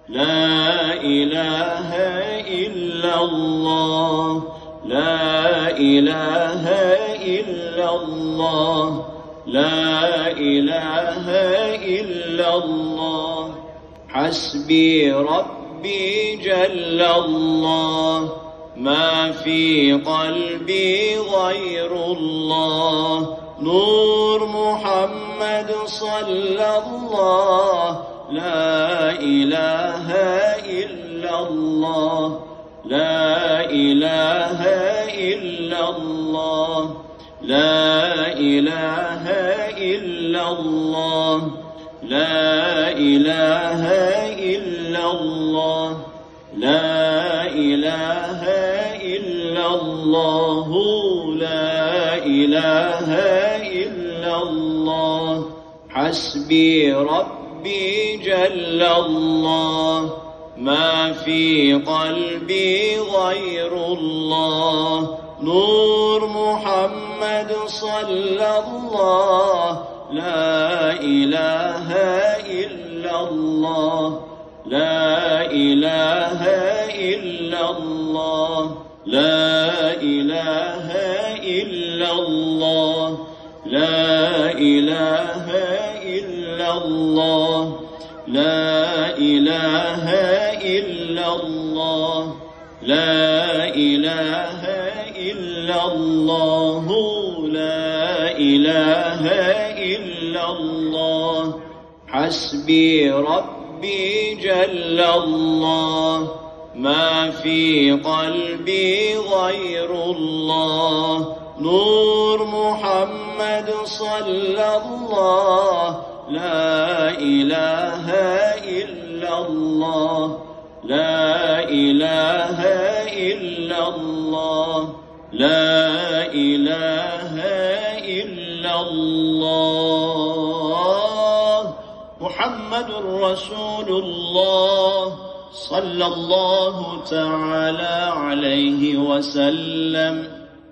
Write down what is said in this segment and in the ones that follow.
لا إله إلا الله لا إله إلا الله لا إله إلا الله حسبي ربي جل الله ما في قلبي غير الله نور محمد صلى الله لا إله إلا الله لا إله إلا الله لا إله إلا الله لا إله إلا الله لا إله إلا الله لا إله إلا الله حسبي ربي جل الله ما في قلبي غير الله نور محمد صلى الله لا إله إلا الله لا إله إلا الله لا إله إلا الله لا إله إلا الله لا إله إلا الله لا إله إلا الله لا إله إلا الله حسبي ربي جل الله ما في قلبي غير الله نور محمد صلى الله لا إله إلا الله لا إله إلا الله لا إله إلا الله محمد رسول الله صلى الله تعالى عليه وسلم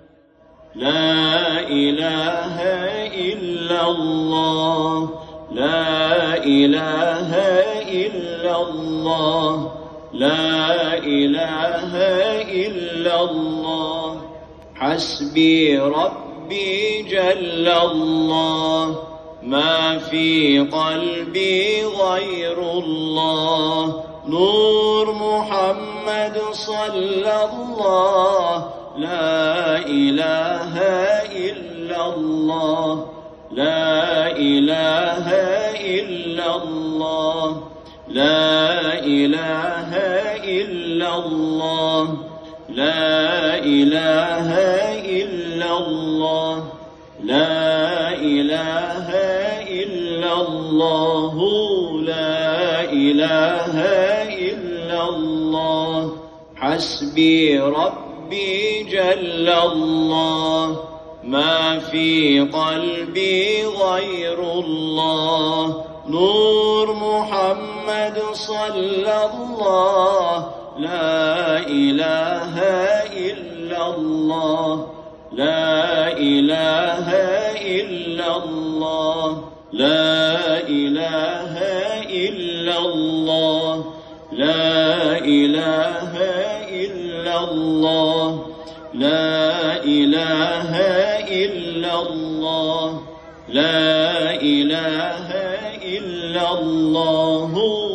لا إله إلا الله لا إله إلا الله لا إله إلا الله حسبي ربي جل الله ما في قلبي غير الله نور محمد صلى الله لا إله إلا الله لا إله إلا الله لا إله إلا الله لا إله إلا الله لا إله إلا الله لا إله إلا الله حسبي ربي جل الله ما في قلبي غير الله نور محمد صلى الله لا إله إلا الله لا إله إلا الله لا إله إلا الله لا إله إلا الله لا إله إلا الله لا إله إلا الله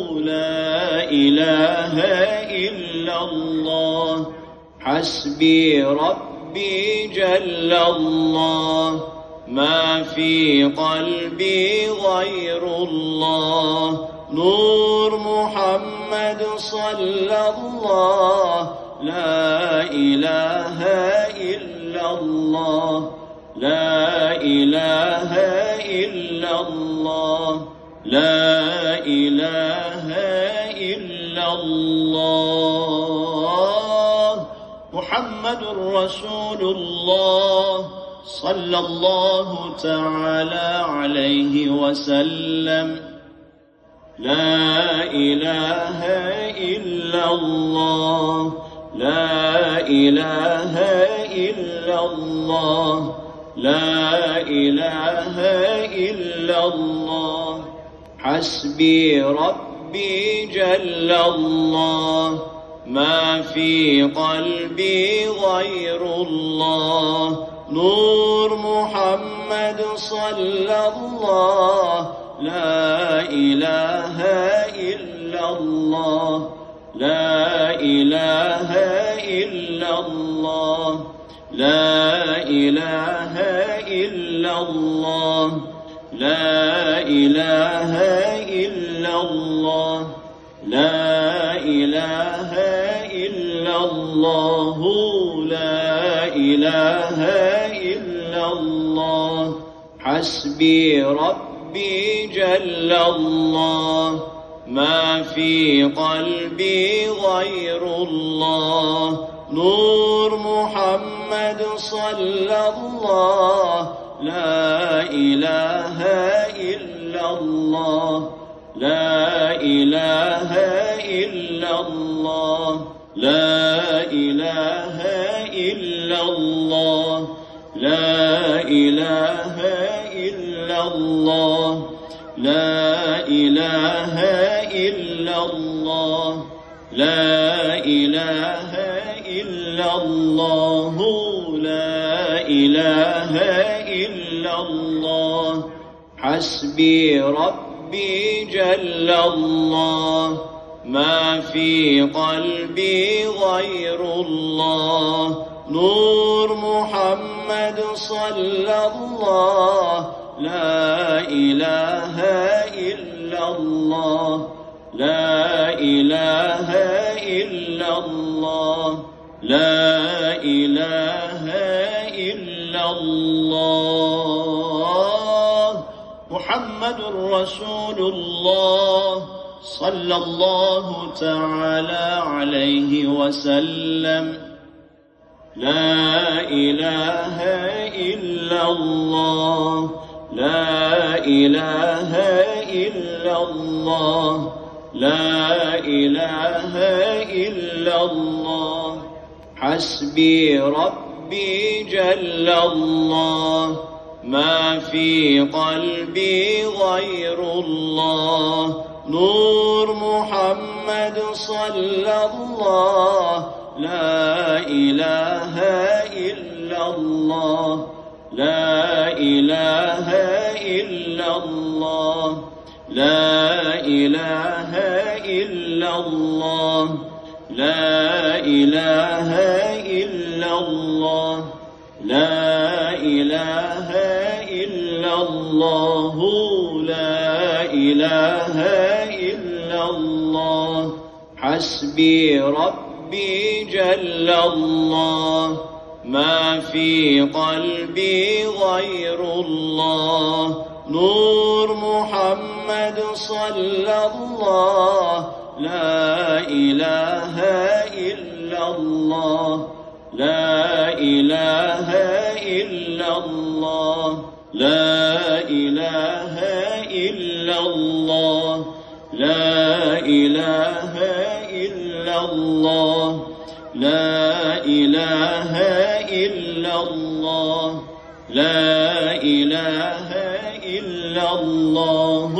لا إله إلا الله حسبي ربي جل الله ما في قلبي غير الله نور محمد صلى الله لا إله إلا الله لا إله إلا الله لا إله إلا الله محمد رسول الله صلى الله تعالى عليه وسلم لا إله إلا الله لا إله إلا الله لا إله إلا الله حسبي ربي ربي جل الله، ما في قلبي غير الله. نور محمد صلى الله، لا إله إلا الله، لا إله إلا الله، لا إله إلا الله، لا إله إلا الله، لا إله إلا الله، لا إله إلا الله. حسبي ربي جل الله، ما في قلبي غير الله. نور محمد صلى الله، لا إله إلا الله، لا إله إلا الله، لا إله إلا الله، لا إله إلا الله، لا إله إلا الله، لا إله إلا الله، لا إله إلا الله. حسبي ربي جل الله، ما في قلبي غير الله. نور محمد صلى الله، لا إله إلا الله، لا إله إلا الله، لا إله إلا الله. محمد رسول الله صلى الله تعالى عليه وسلم. لا إله إلا الله، لا إله إلا الله، لا إله إلا الله. حسبي ربي جل الله، ما في قلبي غير الله. نور محمد صلى الله، لا إله إلا الله، لا إله إلا الله، لا إله إلا الله، لا إله إلا الله، لا إله إلا الله، لا إله إلا الله. حسبي ربي جل الله، ما في قلبي غير الله. نور محمد صلى الله، لا إله إلا الله، لا إله إلا الله، لا إله إلا الله، لا إله إلا الله، لا إله إلا الله، لا إله إلا الله،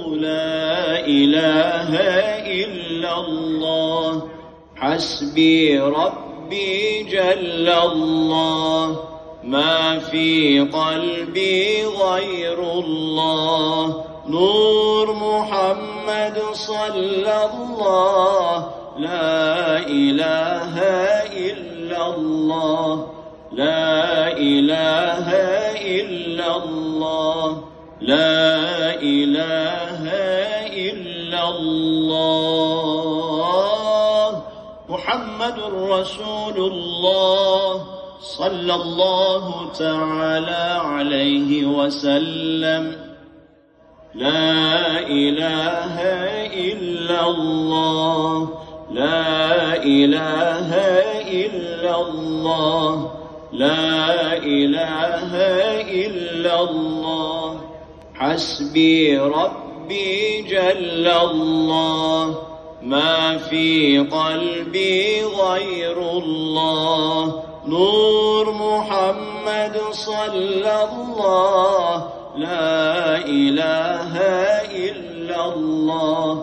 لا إله إلا الله. حسبي ربي جل الله، ما في قلبي غير الله. نور محمد صلى الله، لا إله إلا الله، لا إله إلا الله، لا إله إلا الله. محمد رسول الله صلى الله تعالى عليه وسلم. لا إله إلا الله، لا إله إلا الله، لا إله إلا الله. حسبي ربي جل الله، ما في قلبي غير الله. نور محمد صلى الله، لا إله إلا الله،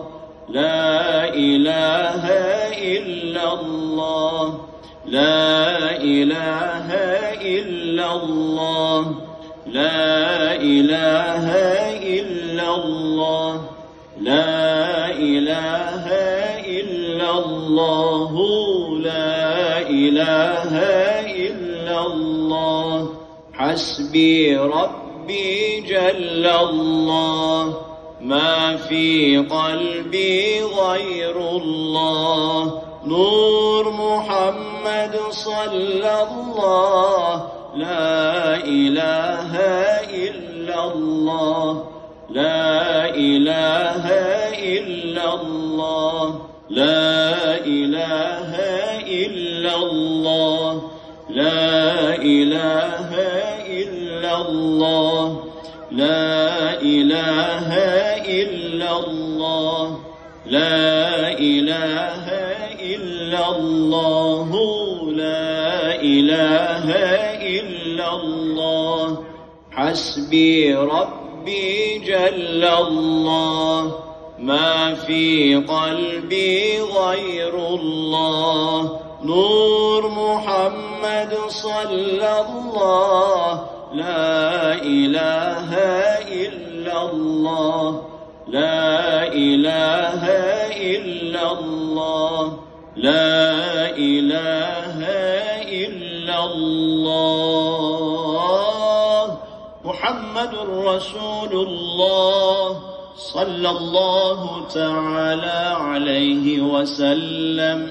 لا إله إلا الله لا إله إلا الله لا إله إلا الله لا إله إلا الله لا إله إلا الله حسبي ربي جل الله ما في قلبي غير الله نور محمد صلى الله لا إله إلا الله لا إله إلا الله لا إله إلا الله لا إله إلا الله لا إله إلا الله لا إله إلا الله لا إله إلا الله حسبي ربي جل الله ما في قلبي غير الله نور محمد صلى الله لا إله إلا الله لا إله إلا الله لا إله إلا الله محمد رسول الله صلى الله تعالى عليه وسلم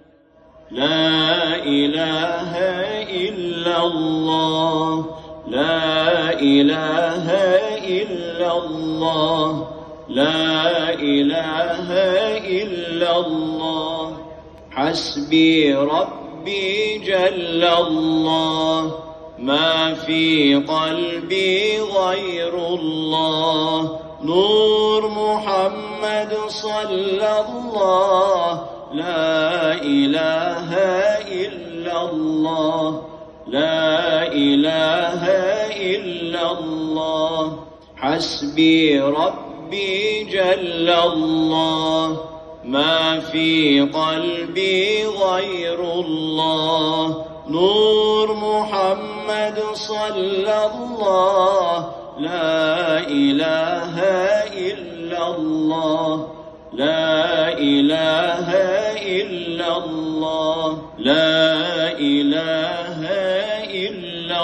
لا إله إلا الله لا إله إلا الله لا إله إلا الله حسبي ربي جل الله ما في قلبي غير الله نور محمد صلى الله لا إله إلا الله لا إله إلا الله حسبي ربي جل الله ما في قلبي غير الله نور محمد صلى الله لا إله إلا الله لا إله إلا الله لا إله إلا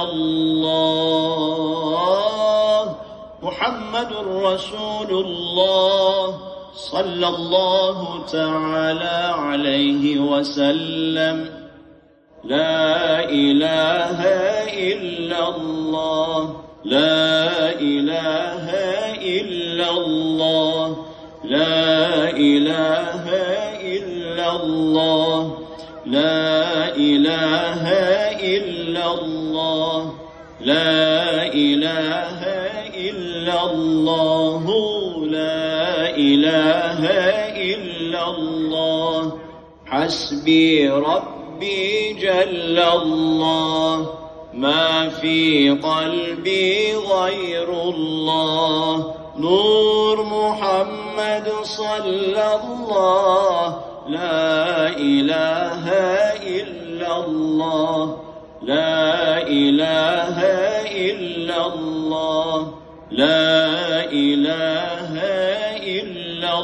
الله محمد رسول الله صلى الله تعالى عليه وسلم لا إله إلا الله لا إله إلا الله لا إله إلا الله لا إله إلا الله لا إله إلا الله لا إله إلا الله حسبي ربي جل الله ما في قلبي غير الله نور محمد صلى الله لا إله إلا الله لا إله إلا الله لا إله إلا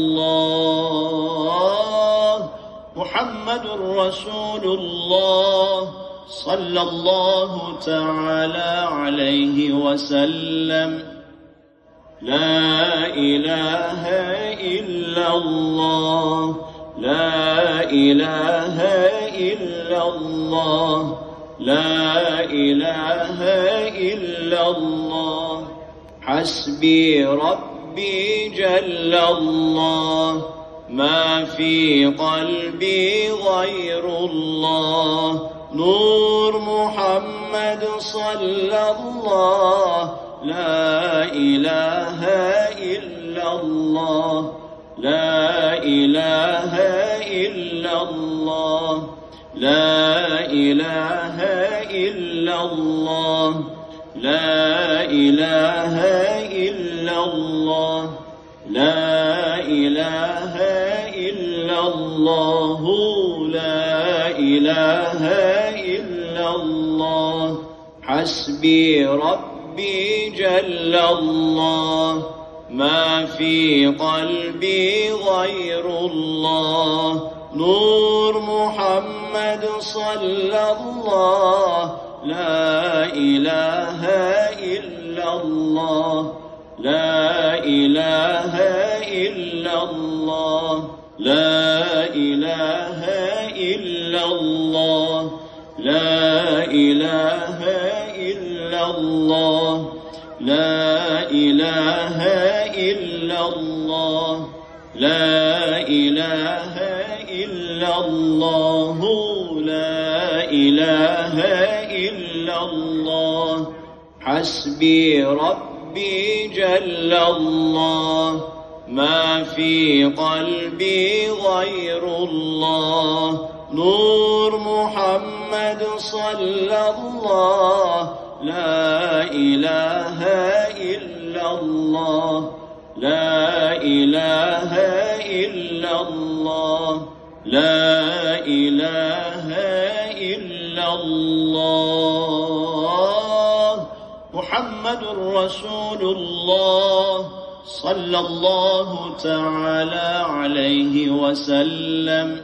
الله محمد رسول الله صلى الله تعالى عليه وسلم لا إله إلا الله لا إله إلا الله لا إله إلا الله حسبي ربي جل الله ما في قلبي غير الله نور محمد صلى الله لا إله إلا الله لا إله إلا الله لا إله إلا الله لا إله إلا الله لا إله الله لا إله إلا الله حسبي ربي جل الله ما في قلبي غير الله نور محمد صلى الله لا إله إلا الله لا إله إلا الله لا إله إلا الله لا إله إلا الله لا إله إلا الله لا إله إلا الله لا إله إلا الله حسبي ربي جل الله ما في قلبي غير الله نور محمد صلى الله لا إله إلا الله لا إله إلا الله لا إله إلا الله محمد رسول الله صلى الله تعالى عليه وسلم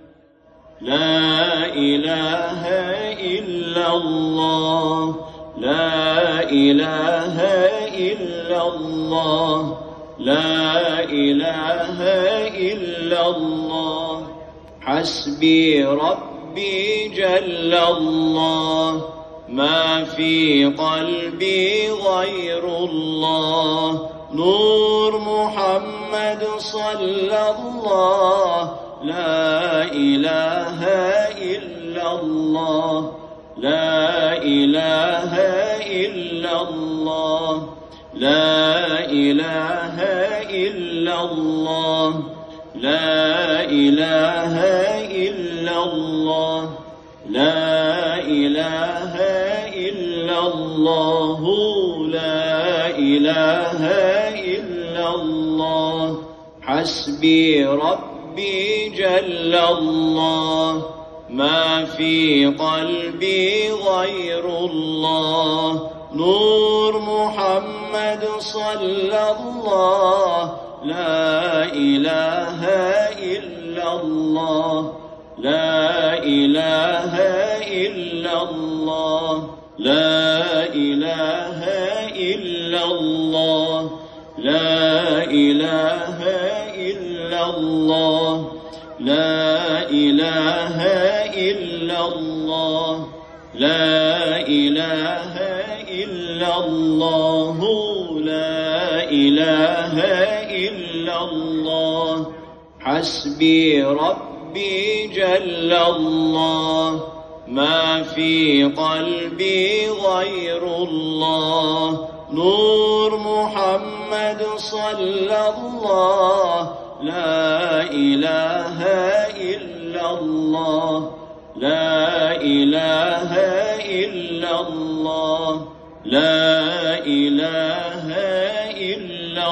لا إله إلا الله لا إله إلا الله لا إله إلا الله حسبي ربي جل الله ما في قلبي غير الله نور محمد صلى الله لا إله إلا الله لا إله إلا الله لا إله إلا الله لا إله إلا الله لا إله إلا الله لا إله إلا الله حسبي ربي جل الله ما في قلبي غير الله نور محمد صلى الله لا إله إلا الله لا إله إلا الله لا إله إلا الله لا إله إلا الله لا إله إلا الله لا إله إلا الله لا إله إلا الله حسبي ربي جل الله ما في قلبي غير الله نور محمد صلى الله لا إله إلا الله لا إله إلا الله لا إله إلا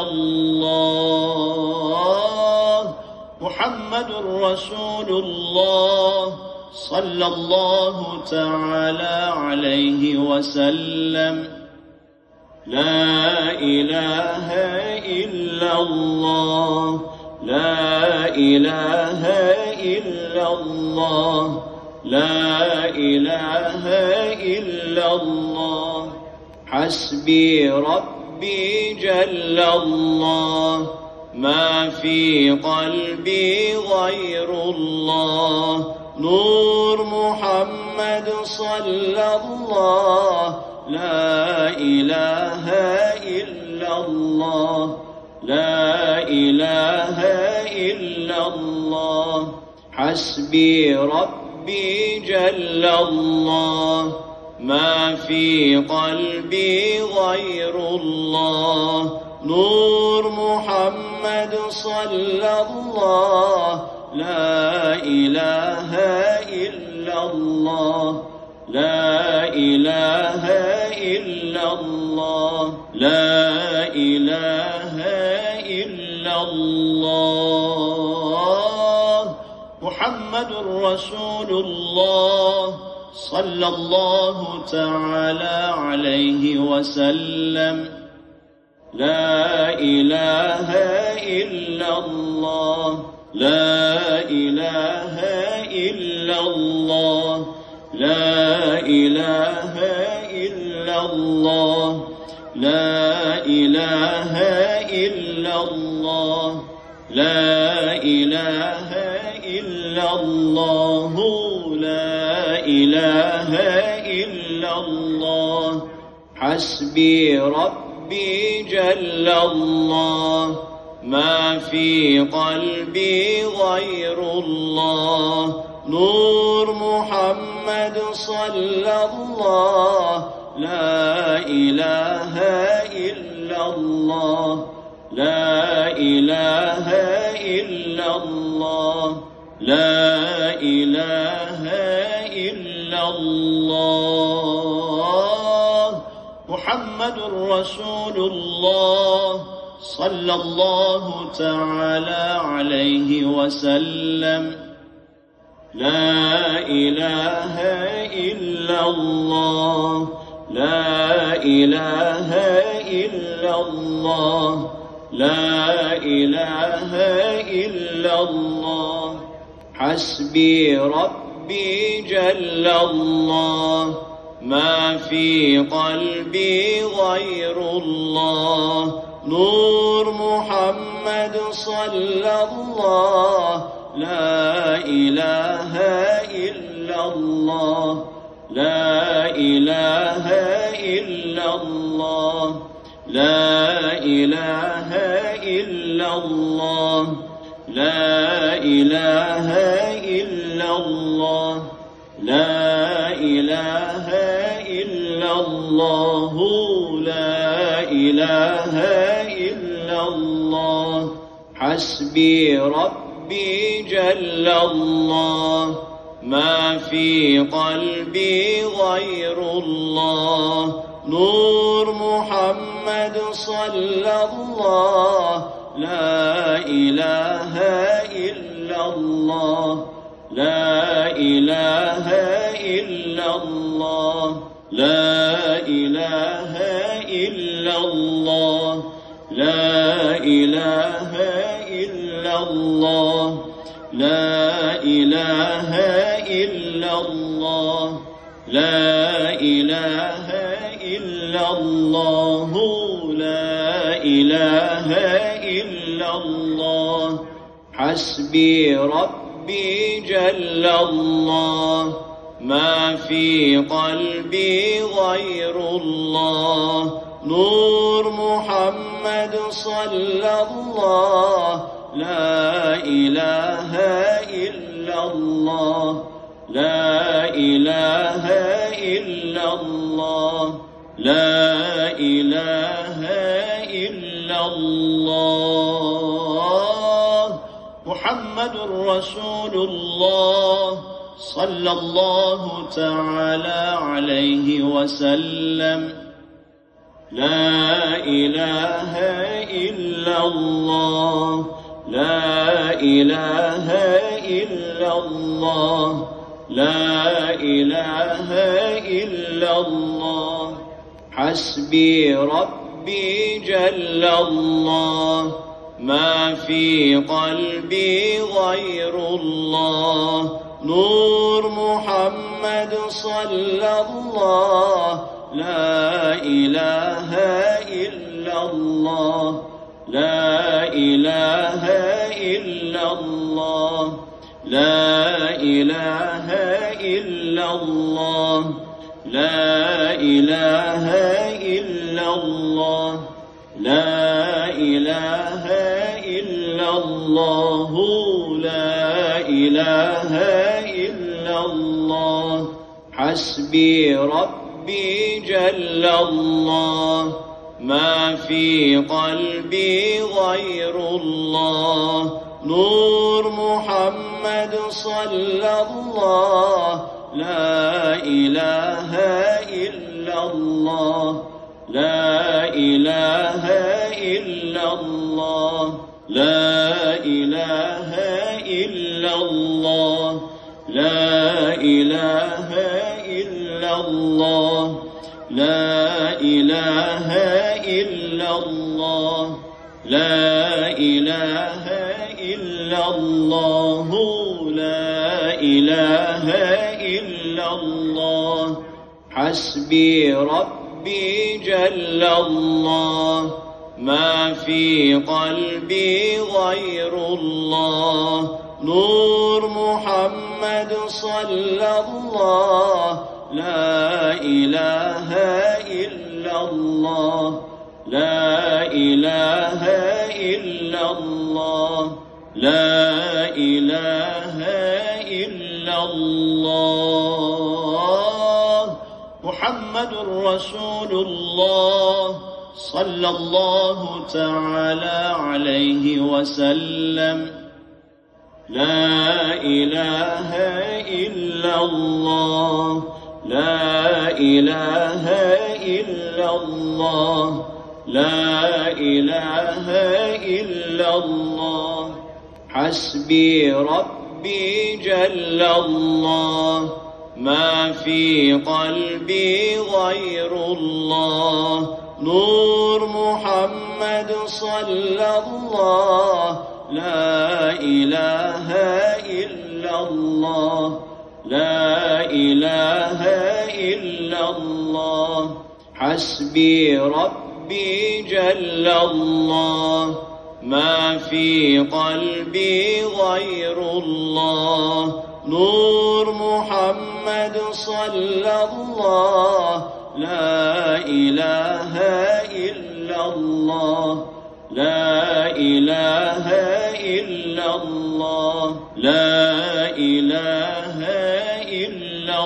الله محمد رسول الله صلى الله تعالى عليه وسلم لا إله إلا الله لا إله إلا الله لا إله إلا الله حسبي ربي جل الله ما في قلبي غير الله نور محمد صلى الله لا إله إلا الله لا إله إلا الله حسبي ربي جل الله ما في قلبي غير الله نور محمد صلى الله لا إله إلا الله لا إله إلا الله لا إله إلا الله محمد رسول الله صلى الله تعالى عليه وسلم. لا إله إلا الله، لا إله إلا الله، لا إله إلا الله، لا إله إلا الله، لا إله إلا الله، لا إله إلا الله. حسبي ربي جل الله، ما في قلبي غير الله. نور محمد صلى الله، لا إله إلا الله، لا إله إلا الله، لا إله إلا الله. محمد رسول الله صلى الله تعالى عليه وسلم. لا إله إلا الله، لا إله إلا الله، لا إله إلا الله. حسبي ربي جل الله، ما في قلبي غير الله. نور محمد صلى الله، لا إله إلا الله، لا إله إلا الله، لا إله إلا الله، لا إله إلا الله، لا إله إلا الله، لا إله إلا الله. حسبي ربي جل الله، ما في قلبي غير الله. نور محمد صلى الله، لا إله إلا الله، لا إله إلا الله، لا إله إلا الله، لا إله إلا الله، لا إله إلا الله، لا إله إلا الله، لا إله إلا الله. حسبي ربي جل الله، ما في قلبي غير الله. نور محمد صلى الله، لا إله إلا الله، لا إله إلا الله، لا إله إلا الله. محمد رسول الله صلى الله تعالى عليه وسلم. لا إله إلا الله، لا إله إلا الله، لا إله إلا الله. حسبي ربي جل الله، ما في قلبي غير الله. نور محمد صلى الله، لا إله إلا الله، لا إله إلا الله، لا إله إلا الله، لا إله إلا الله، لا إله إلا الله، لا إله إلا الله. حسبي ربي جل الله، ما في قلبي غير الله. نور محمد صلى الله، لا إله إلا الله، لا إله إلا الله، لا إله إلا الله، لا إله إلا الله لا إله إلا الله لا إله إلا الله لا إله إلا الله حسبي ربي جل الله ما في قلبي غير الله نور محمد صلى الله لا إله إلا الله لا إله إلا الله لا إله إلا الله محمد رسول الله صلى الله تعالى عليه وسلم لا إله إلا الله لا إله إلا الله لا إله إلا الله حسبي ربي جل الله ما في قلبي غير الله نور محمد صلى الله لا إله إلا الله لا إله إلا الله حسبي ربي جل الله ما في قلبي غير الله نور محمد صلى الله لا إله إلا الله لا إله إلا الله لا إله إلا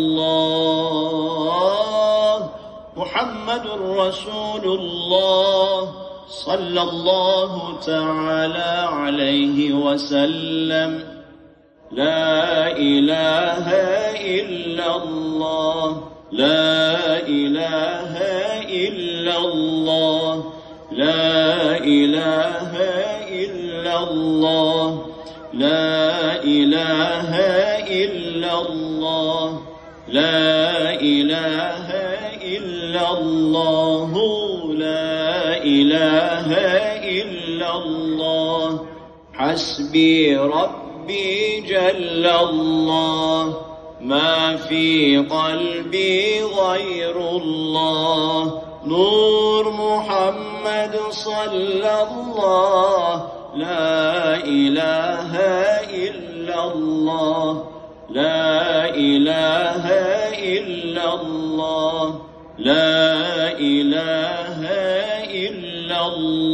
الله محمد رسول الله صلى الله تعالى عليه وسلم لا إله إلا الله لا إله إلا الله لا إله إلا الله لا إله إلا الله لا إله إلا الله لا إله إلا الله حسبي ربي جل الله ما في قلبي غير الله نور محمد صلى الله لا إله إلا الله لا إله إلا الله لا إله إلا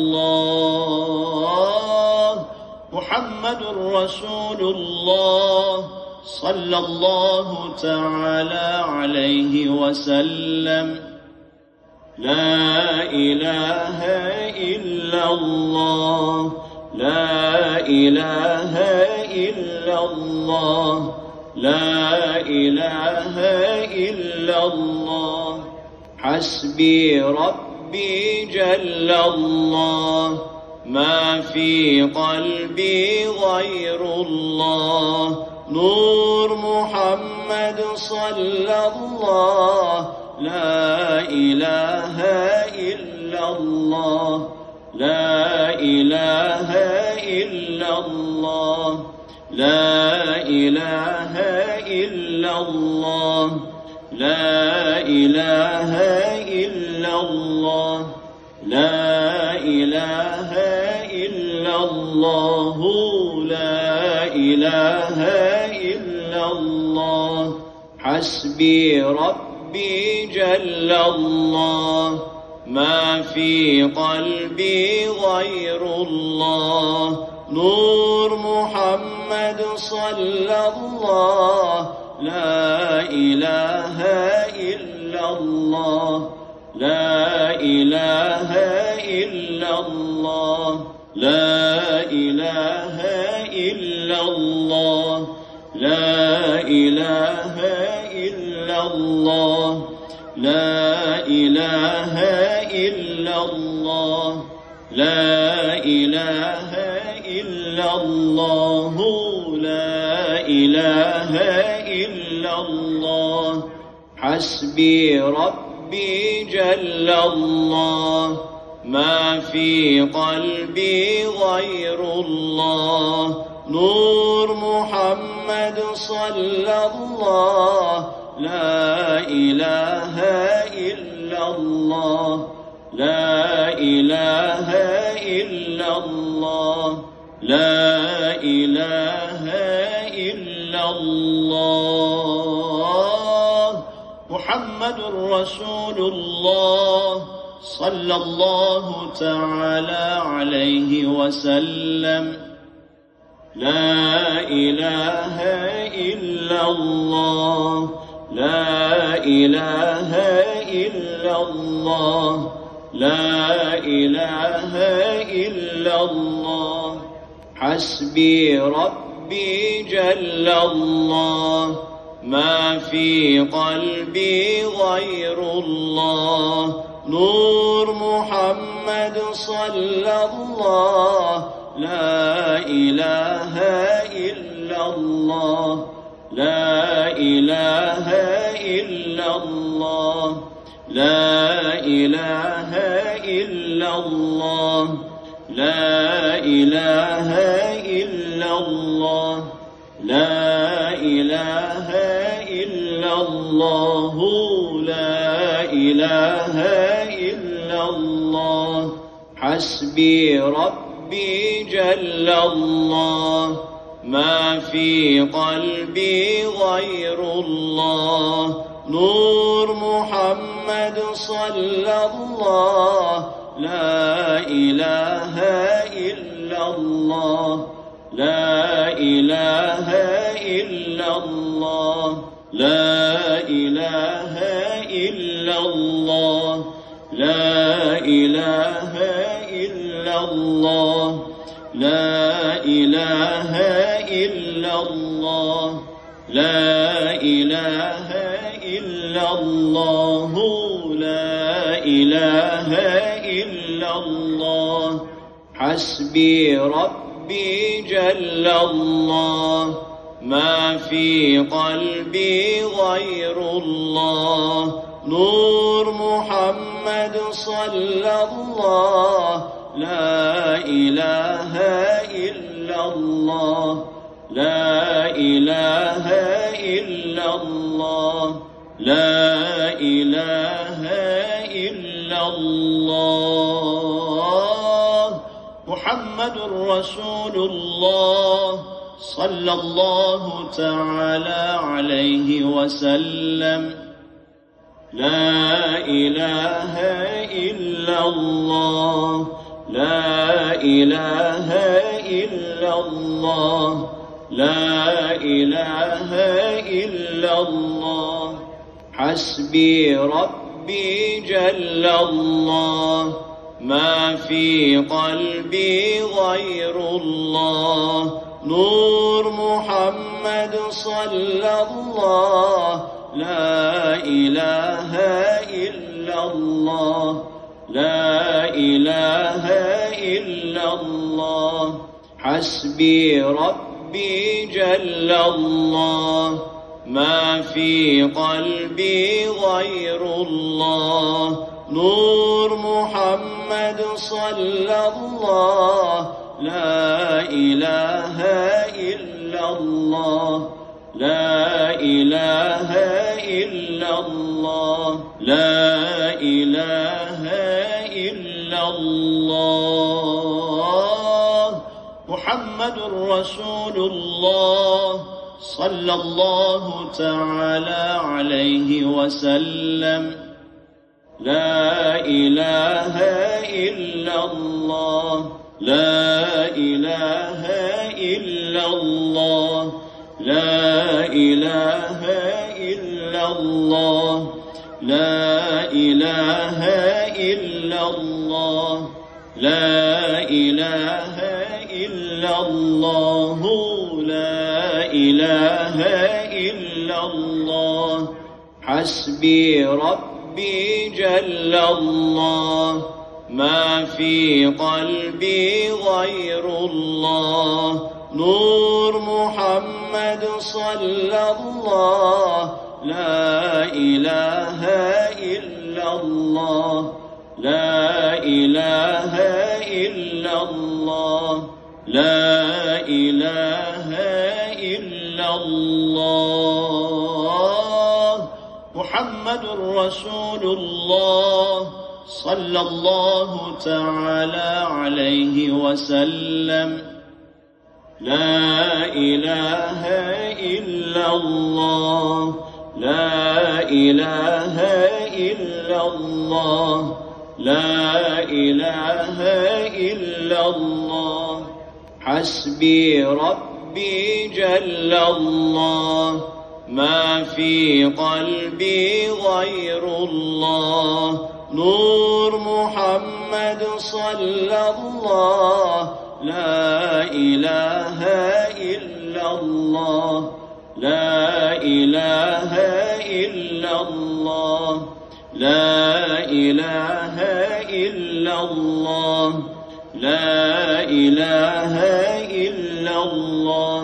الله محمد رسول الله صلى الله تعالى عليه وسلم لا إله إلا الله لا إله إلا الله لا إله إلا الله حسبي ربي جل الله ما في قلبي غير الله نور محمد صلى الله لا إله إلا الله لا إله إلا الله لا إله إلا الله لا إله إلا الله لا إله إلا الله لا إله إلا الله حسبي ربي جل الله ما في قلبي غير الله نور محمد صلى الله لا إله إلا الله لا إله إلا الله لا إله إلا الله لا إله إلا الله لا إله إلا الله لا إله إلا الله لا إله إله إلا الله حسبي ربي جل الله ما في قلبي غير الله نور محمد صلى الله لا إله إلا الله لا إله إلا الله لا إله إلا الله محمد رسول الله صلى الله تعالى عليه وسلم لا إله إلا الله لا إله إلا الله لا إله إلا الله حسبي ربي جل الله ما في قلبي غير الله نور محمد صلى الله لا إله إلا الله لا إله إلا الله لا إله إلا الله لا إله إلا الله لا إله إلا الله لا إله إلا الله حسبي ربي جل الله ما في قلبي غير الله نور محمد صلى الله لا إله إلا الله لا إله إلا الله لا إله إلا الله لا إله إلا الله لا إله إلا الله لا إله إلا الله لا إله إلا الله حسبي ربي جل الله ما في قلبي غير الله نور محمد صلى الله لا إله إلا الله لا إله إلا الله لا إله إلا الله محمد رسول الله صلى الله تعالى عليه وسلم لا إله إلا الله لا إله إلا الله لا إله إلا الله حسبي ربي جل الله ما في قلبي غير الله نور محمد صلى الله لا إله إلا الله لا إله إلا الله حسبي ربي جل الله ما في قلبي غير الله نور محمد صلى الله لا إله إلا الله لا إله إلا الله لا إله إلا الله محمد رسول الله صلى الله تعالى عليه وسلم لا إله إلا الله لا إله إلا الله لا إله إلا الله لا إله إلا الله لا إله إلا الله لا إله إلا الله حسبي ربي جل الله ما في قلبي غير الله نور محمد صلى الله لا إله إلا الله لا إله إلا الله لا إله إلا الله محمد رسول الله صلى الله تعالى عليه وسلم لا إله إلا الله لا إله إلا الله لا إله إلا الله حسبي ربي جل الله ما في قلبي غير الله نور محمد صلى الله لا إله إلا الله لا إله إلا الله لا إله إلا الله لا إله إلا الله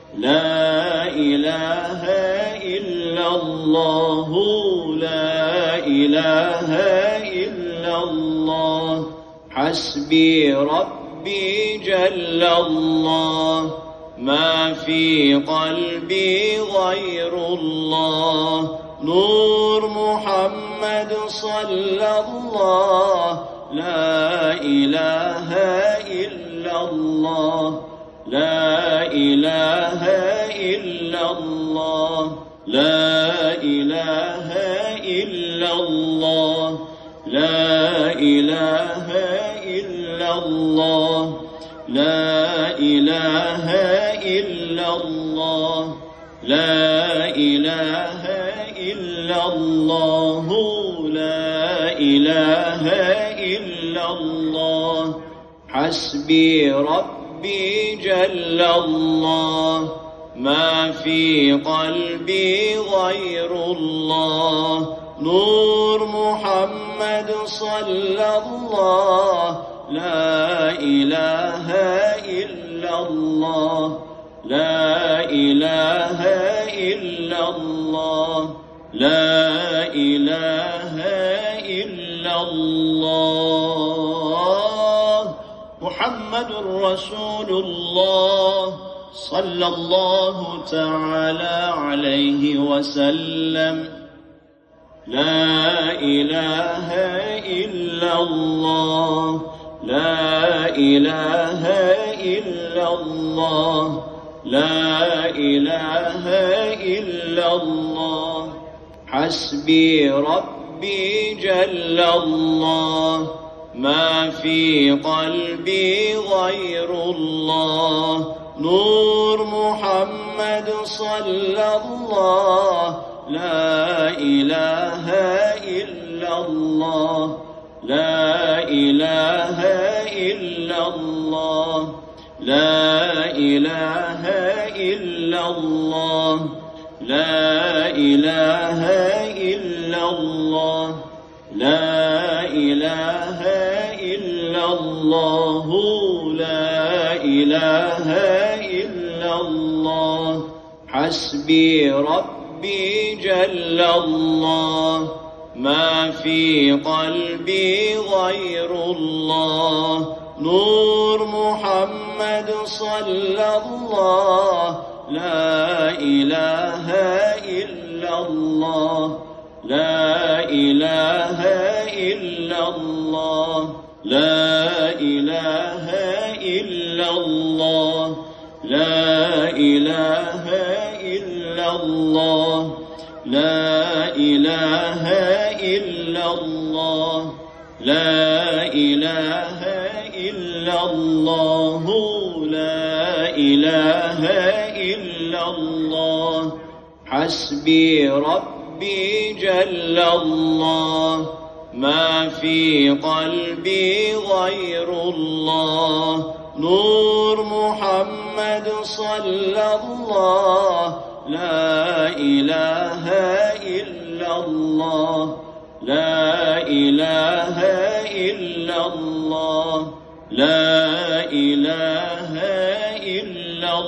لا إله إلا الله لا إله إلا الله حسبي ربي جل الله ما في قلبي غير الله نور محمد صلى الله لا إله إلا الله لا إله إلا الله لا إله إلا الله لا إله إلا الله لا إله إلا الله لا إله إلا الله لا إله إلا الله حسبي ربي جل الله ما في قلبي غير الله نور محمد صلى الله لا إله إلا الله لا إله إلا الله لا إله إلا الله محمد رسول الله صلى الله تعالى عليه وسلم لا إله إلا الله لا إله إلا الله لا إله إلا الله حسبي ربي جل الله ما في قلبي غير الله نور محمد صلى الله لا إله إلا الله لا إله إلا الله لا إله إلا الله لا إله إلا الله لا إله إلا الله لا إله إلا الله حسبي ربي جل الله ما في قلبي غير الله نور محمد صلى الله لا إله إلا الله لا إله إلا الله لا إله إلا الله لا إله إلا الله لا إله إلا الله لا إله إلا الله لا إله إلا الله حسبي ربي جل الله ما في قلبي غير الله نور محمد صلى الله لا إله إلا الله لا إله إلا الله لا إله إلا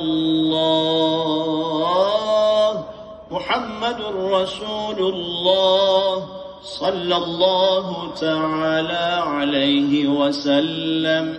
محمد رسول الله صلى الله تعالى عليه وسلم.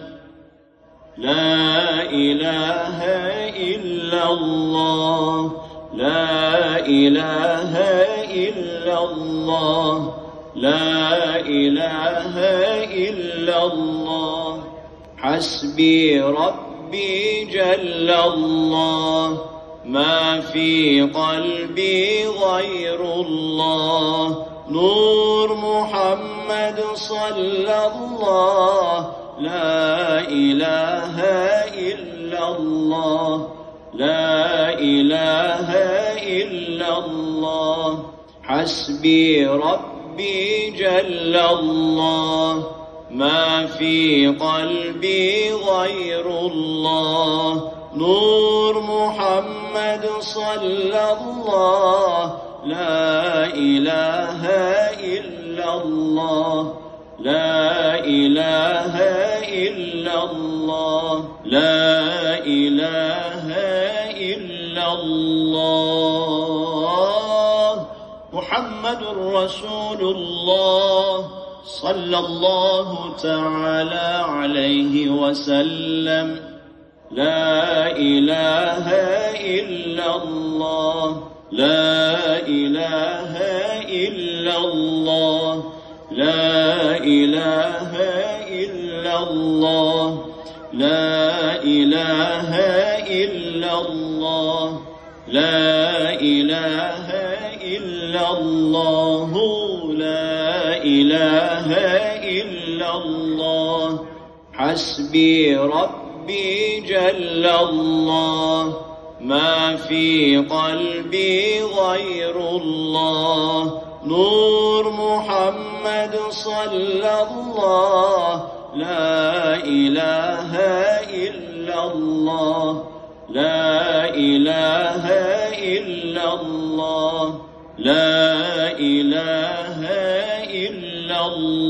لا إله إلا الله، لا إله إلا الله، لا إله إلا الله. حسبي ربي جل الله، ما في قلبي غير الله. نور محمد صلى الله، لا إله إلا الله، لا إله إلا الله. حسبي ربي جل الله، ما في قلبي غير الله. نور محمد صلى الله، لا إله إلا الله، لا إله إلا الله، لا إله إلا الله. محمد رسول الله صلى الله تعالى عليه وسلم. لا إله إلا الله، لا إله إلا الله، لا إله إلا الله، لا إله إلا الله، لا إله إلا الله، لا إله إلا الله. حسبي ربي جل الله، ما في قلبي غير الله. نور محمد صلى الله، لا إله إلا الله، لا إله إلا الله، لا إله إلا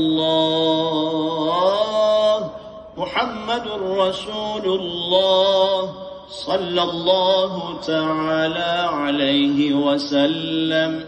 الله. محمد رسول الله صلى الله تعالى عليه وسلم.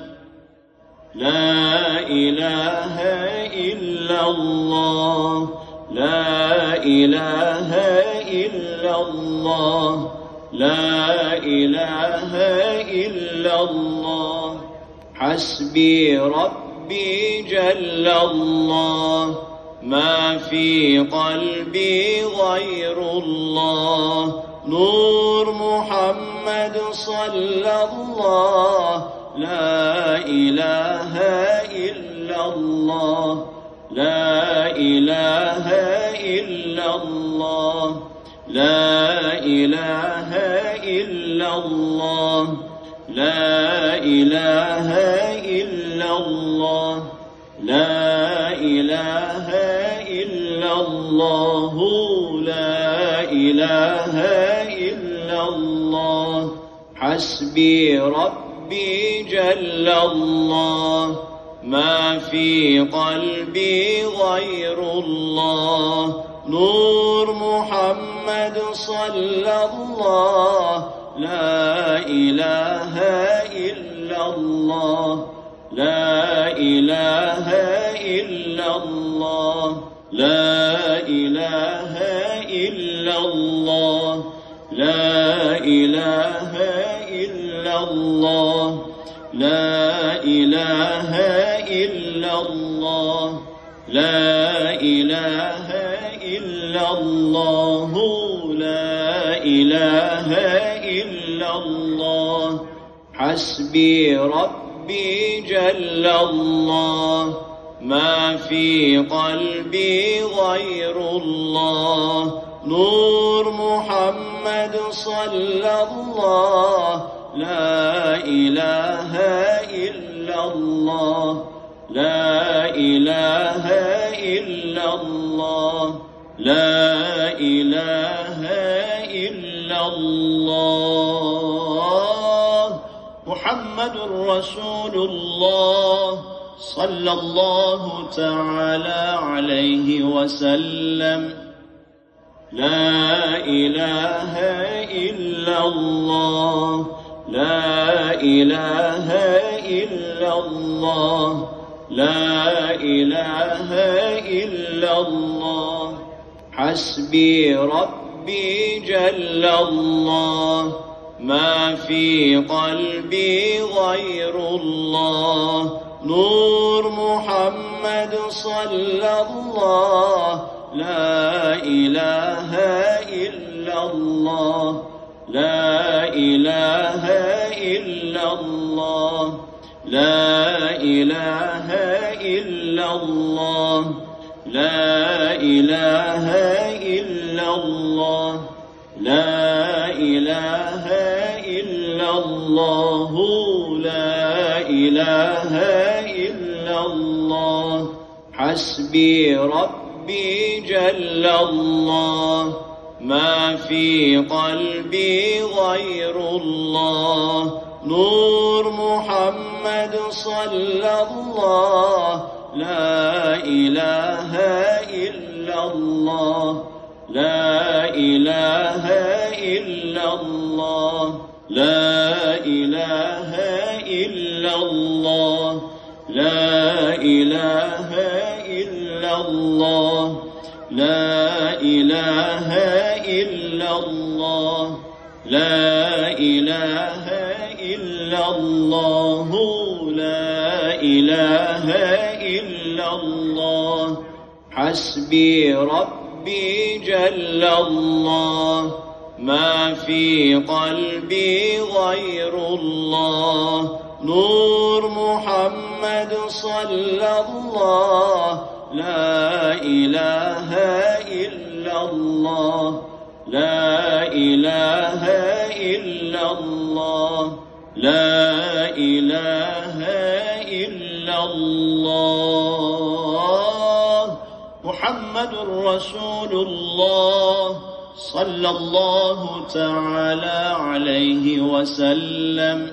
لا إله إلا الله، لا إله إلا الله، لا إله إلا الله. حسبي ربي جل الله، ما في قلبي غير الله. نور محمد صلى الله، لا إله إلا الله، لا إله إلا الله، لا إله إلا الله، لا إله إلا الله، لا إله إلا الله، لا إله إلا الله. حسبي ربي جل الله، ما في قلبي غير الله. نور محمد صلى الله، لا إله إلا الله، لا إله إلا الله، لا إله إلا الله، لا إله إلا الله، لا إله إلا الله، لا إله إلا الله، لا إله إلا الله. حسبي ربي جل الله، ما في قلبي غير الله. نور محمد صلى الله، لا إله إلا الله، لا إله إلا الله، لا إله إلا الله. محمد رسول الله صلى الله تعالى عليه وسلم. لا إله إلا الله، لا إله إلا الله لا إله إلا الله حسبي ربي جل الله ما في قلبي غير الله نور محمد صلى الله لا إله إلا الله لا إله إلا الله لا إله إلا الله لا إله إلا الله لا إله إلا الله لا إله إلا الله حسبي ربي جل الله ما في قلبي غير الله نور محمد صلى الله لا إله إلا الله لا إله إلا الله لا إله إلا الله لا إله إلا الله لا إله إلا الله لا إله إلا الله لا إله إلا الله حسبي ربي جل الله ما في قلبي غير الله نور محمد صلى الله لا إله إلا الله لا إله إلا الله لا إله إلا الله محمد رسول الله صلى الله تعالى عليه وسلم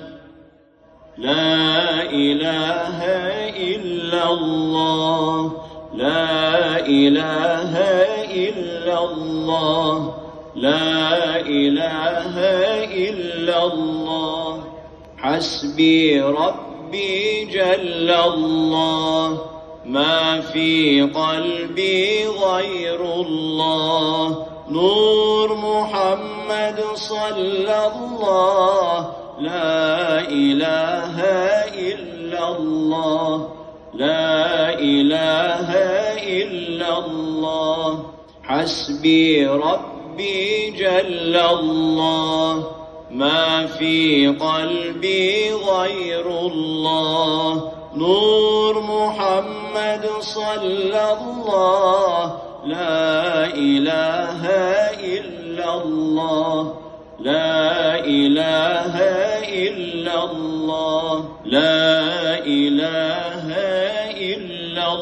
لا إله إلا الله لا إله إلا الله لا إله إلا الله حسبي ربي جل الله ما في قلبي غير الله نور محمد صلى الله لا إله إلا الله لا إله إلا الله حسبي ربي جل الله ما في قلبي غير الله نور محمد صلى الله لا إله إلا الله لا إله إلا الله لا إله إلا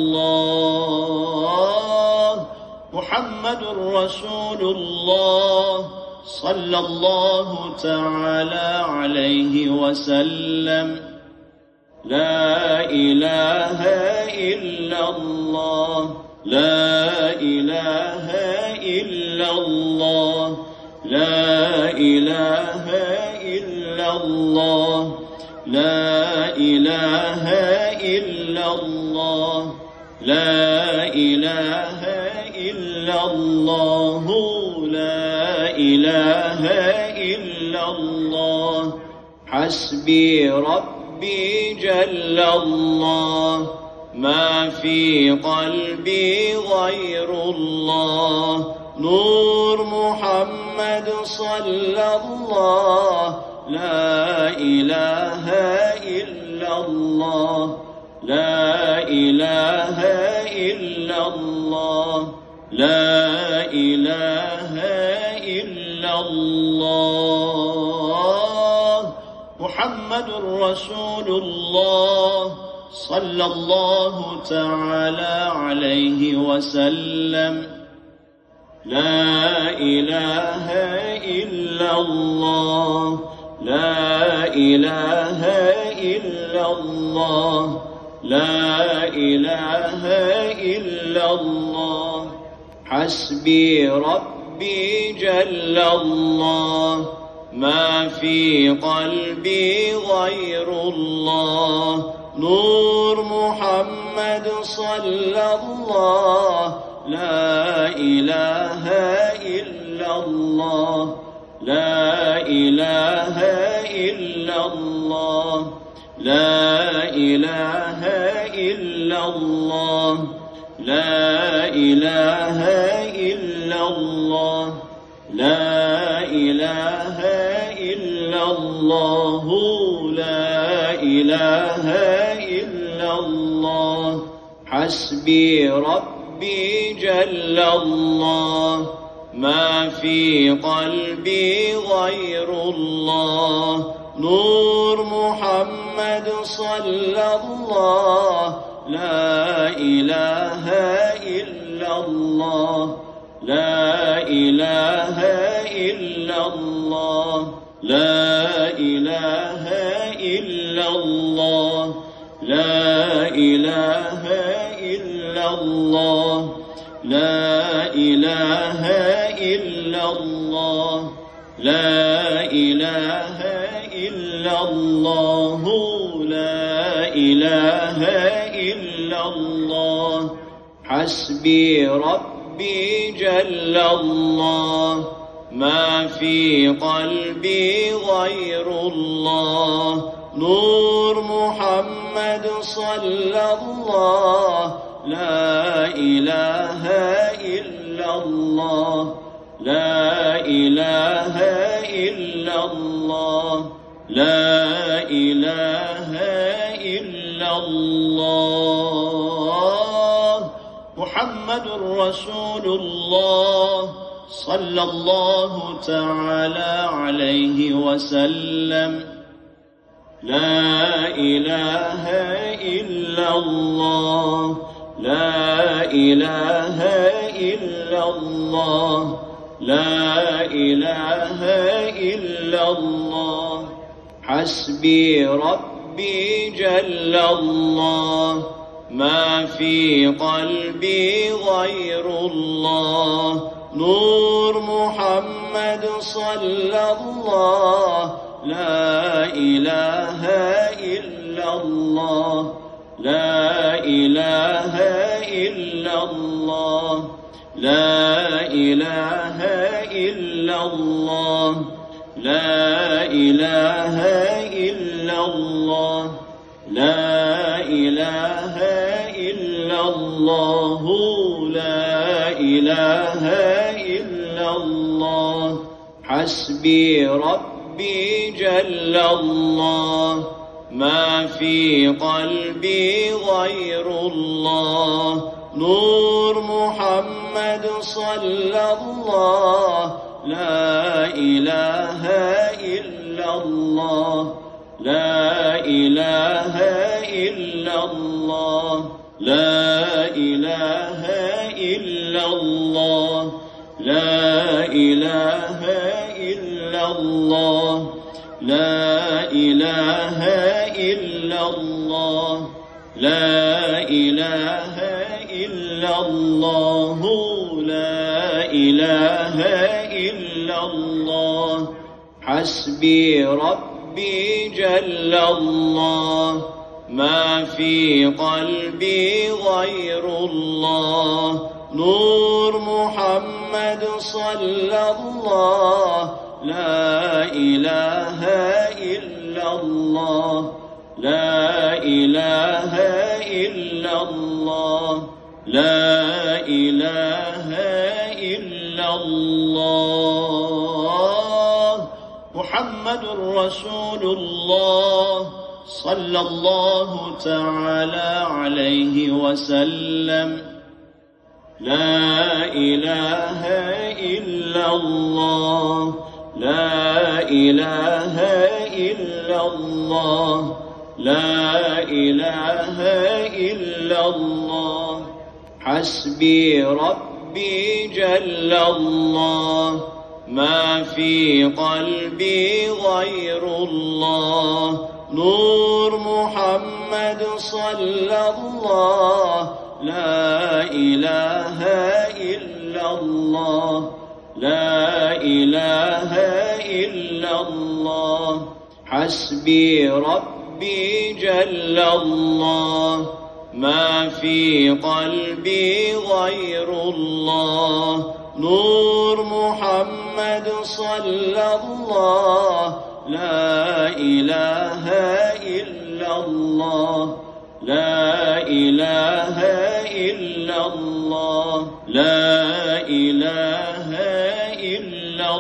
الله محمد رسول الله صلى الله تعالى عليه وسلم لا إله إلا الله لا إله إلا الله لا إله إلا الله لا إله إلا الله لا إله إلا الله لا إله إلا الله حسبي ربي جل الله ما في قلبي غير الله نور محمد صلى الله لا إله إلا الله لا إله إلا الله لا إله إلا الله محمد رسول الله صلى الله تعالى عليه وسلم لا إله إلا الله لا إله إلا الله لا إله إلا الله حسبي ربي جل الله ما في قلبي غير الله. نور محمد صلى الله، لا إله إلا الله، لا إله إلا الله، لا إله إلا الله، لا إله إلا الله، لا إله إلا الله، لا إله إلا الله. حسبي ربي جل الله، ما في قلبي غير الله. نور محمد صلى الله، لا إله إلا الله، لا إله إلا الله، لا إله إلا الله، لا إله إلا الله، لا إله إلا الله، لا إله إلا الله، لا إله إلا الله. حسبي ربي جل الله، ما في قلبي غير الله. نور محمد صلى الله، لا إله إلا الله، لا إله إلا الله، لا إله إلا الله. محمد رسول الله صلى الله تعالى عليه وسلم. لا إله إلا الله، لا إله إلا الله، لا إله إلا الله. حسبي ربي جل الله، ما في قلبي غير الله. نور محمد صلى الله، لا إله إلا الله، لا إله إلا الله، لا إله إلا الله، لا إله إلا الله، لا إله إلا الله، لا إله إلا الله. حسبي ربي جل الله، ما في قلبي غير الله. نور محمد صلى الله، لا إله إلا الله، لا إله إلا الله، لا إله إلا الله، لا إله إلا الله، لا إله إلا الله، لا إله إلا الله، لا إله إلا الله. حسبي ربي جل الله، ما في قلبي غير الله. نور محمد صلى الله، لا إله إلا الله، لا إله إلا الله، لا إله إلا الله. محمد رسول الله صلى الله تعالى عليه وسلم. لا إله إلا الله، لا إله إلا الله، لا إله إلا الله. حسبي ربي جل الله، ما في قلبي غير الله. نور محمد صلى الله، لا إله إلا الله، لا إله إلا الله حسبي ربي جل الله ما في قلبي غير الله نور محمد صلى الله لا إله إلا الله لا إله إلا الله لا إله إلا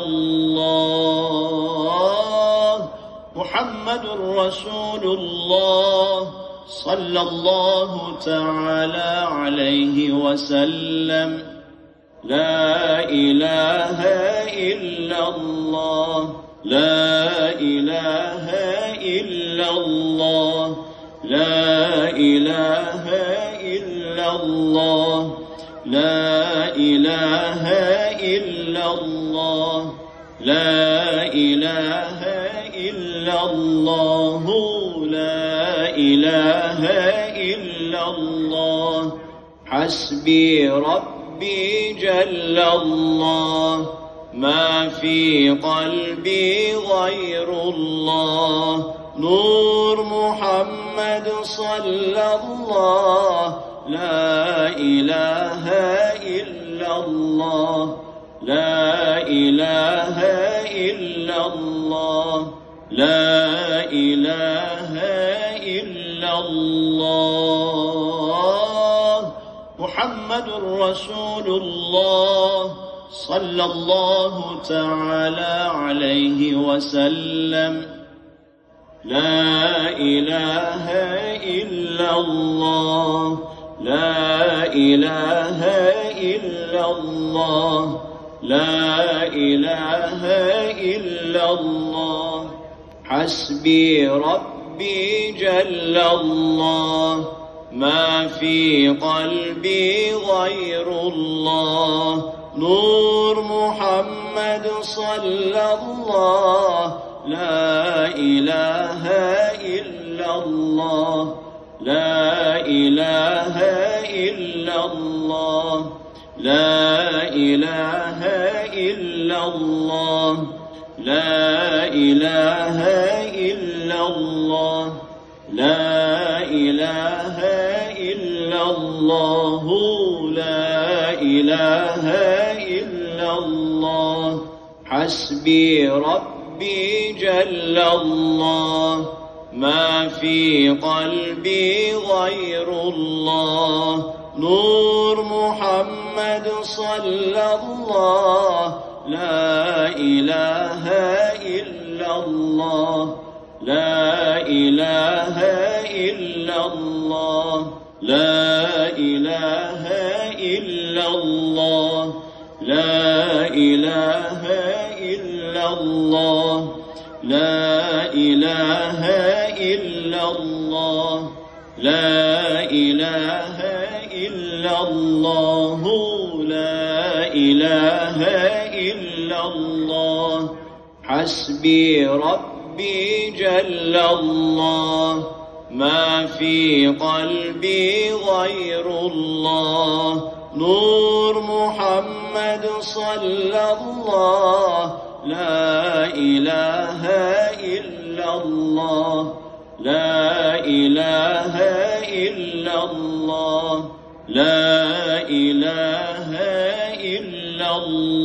الله محمد رسول الله صلى الله تعالى عليه وسلم لا إله إلا الله لا إله إلا الله لا إله إلا الله لا إله إلا الله لا إله إلا الله لا إله إلا الله حسبي ربي جل الله ما في قلبي غير الله نور محمد صلى الله لا إله إلا الله لا إله إلا الله لا إله إلا الله محمد رسول الله صلى الله تعالى عليه وسلم لا إله إلا الله لا إله إلا الله لا إله إلا الله حسبي ربي جل الله ما في قلبي غير الله نور محمد صلى الله لا إله إلا الله لا إله إلا الله لا إله إلا الله لا إله إلا الله لا إله إلا الله لا إله إلا الله حسبي ربي جل الله ما في قلبي غير الله نور محمد صلى الله لا إله إلا الله لا إله إلا الله لا إله إلا الله لا إله إلا الله لا إله إلا الله لا إله إلا الله لا إله إلا الله حسبي ربي جل الله ما في قلبي غير الله نور محمد صلى الله لا إله إلا الله لا إله إلا الله لا إله إلا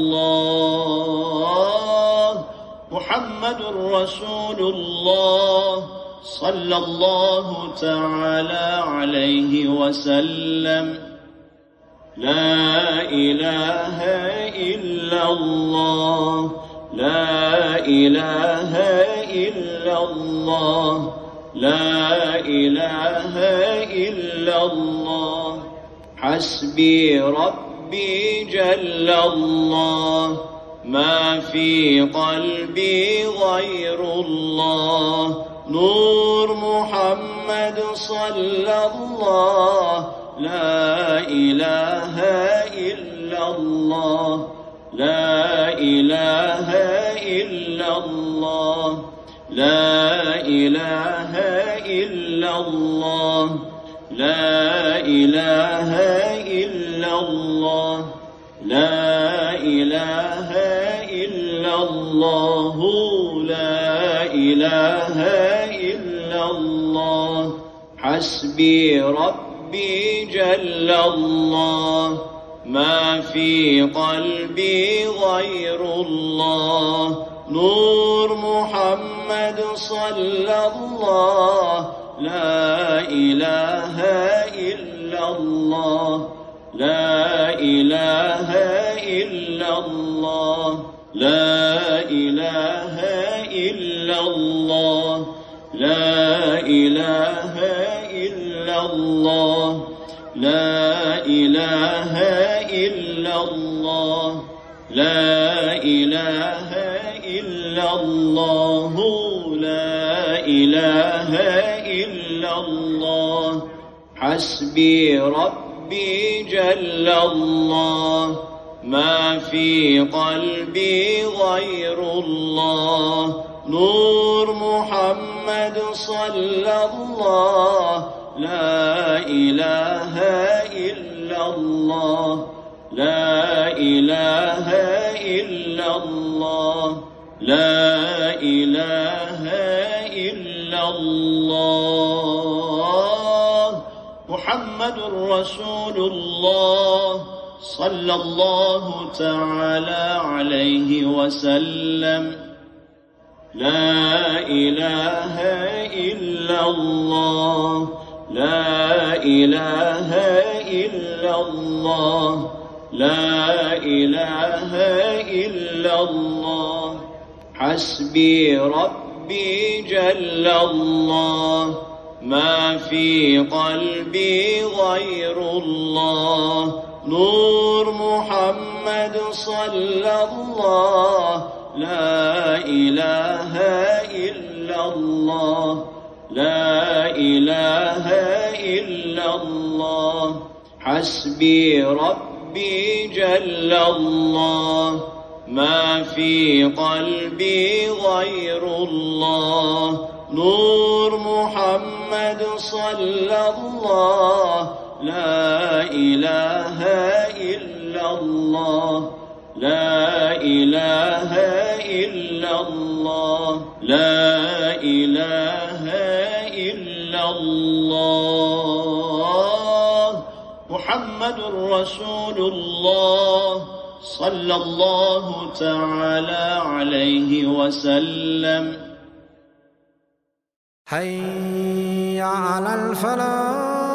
الله محمد رسول الله صلى الله تعالى عليه وسلم لا إله إلا الله لا إله إلا الله لا إله إلا الله حسبي ربي جل الله ما في قلبي غير الله نور محمد صلى الله لا إله إلا الله لا إله إلا الله لا إله إلا الله لا إله إلا الله لا إله إلا الله لا إله إلا الله حسبي ربي جل الله ما في قلبي غير الله نور محمد صلى الله لا إله إلا الله لا إله إلا الله لا إله إلا الله لا إله إلا الله لا إله إلا الله لا إله إلا الله لا إله إلا الله حسبي ربي جل الله ما في قلبي غير الله نور محمد صلى الله لا إله إلا الله لا إله إلا الله لا إله إلا الله محمد رسول الله صلى الله تعالى عليه وسلم لا إله إلا الله لا إله إلا الله لا إله إلا الله حسبي ربي جل الله ما في قلبي غير الله نور محمد صلى الله لا إله إلا الله لا إله إلا الله حسبي ربي جل الله ما في قلبي غير الله نور محمد صلى الله لا إله إلا الله لا إله إلا الله لا إله إلا الله محمد رسول الله صلى الله تعالى عليه وسلم حي على الفلاح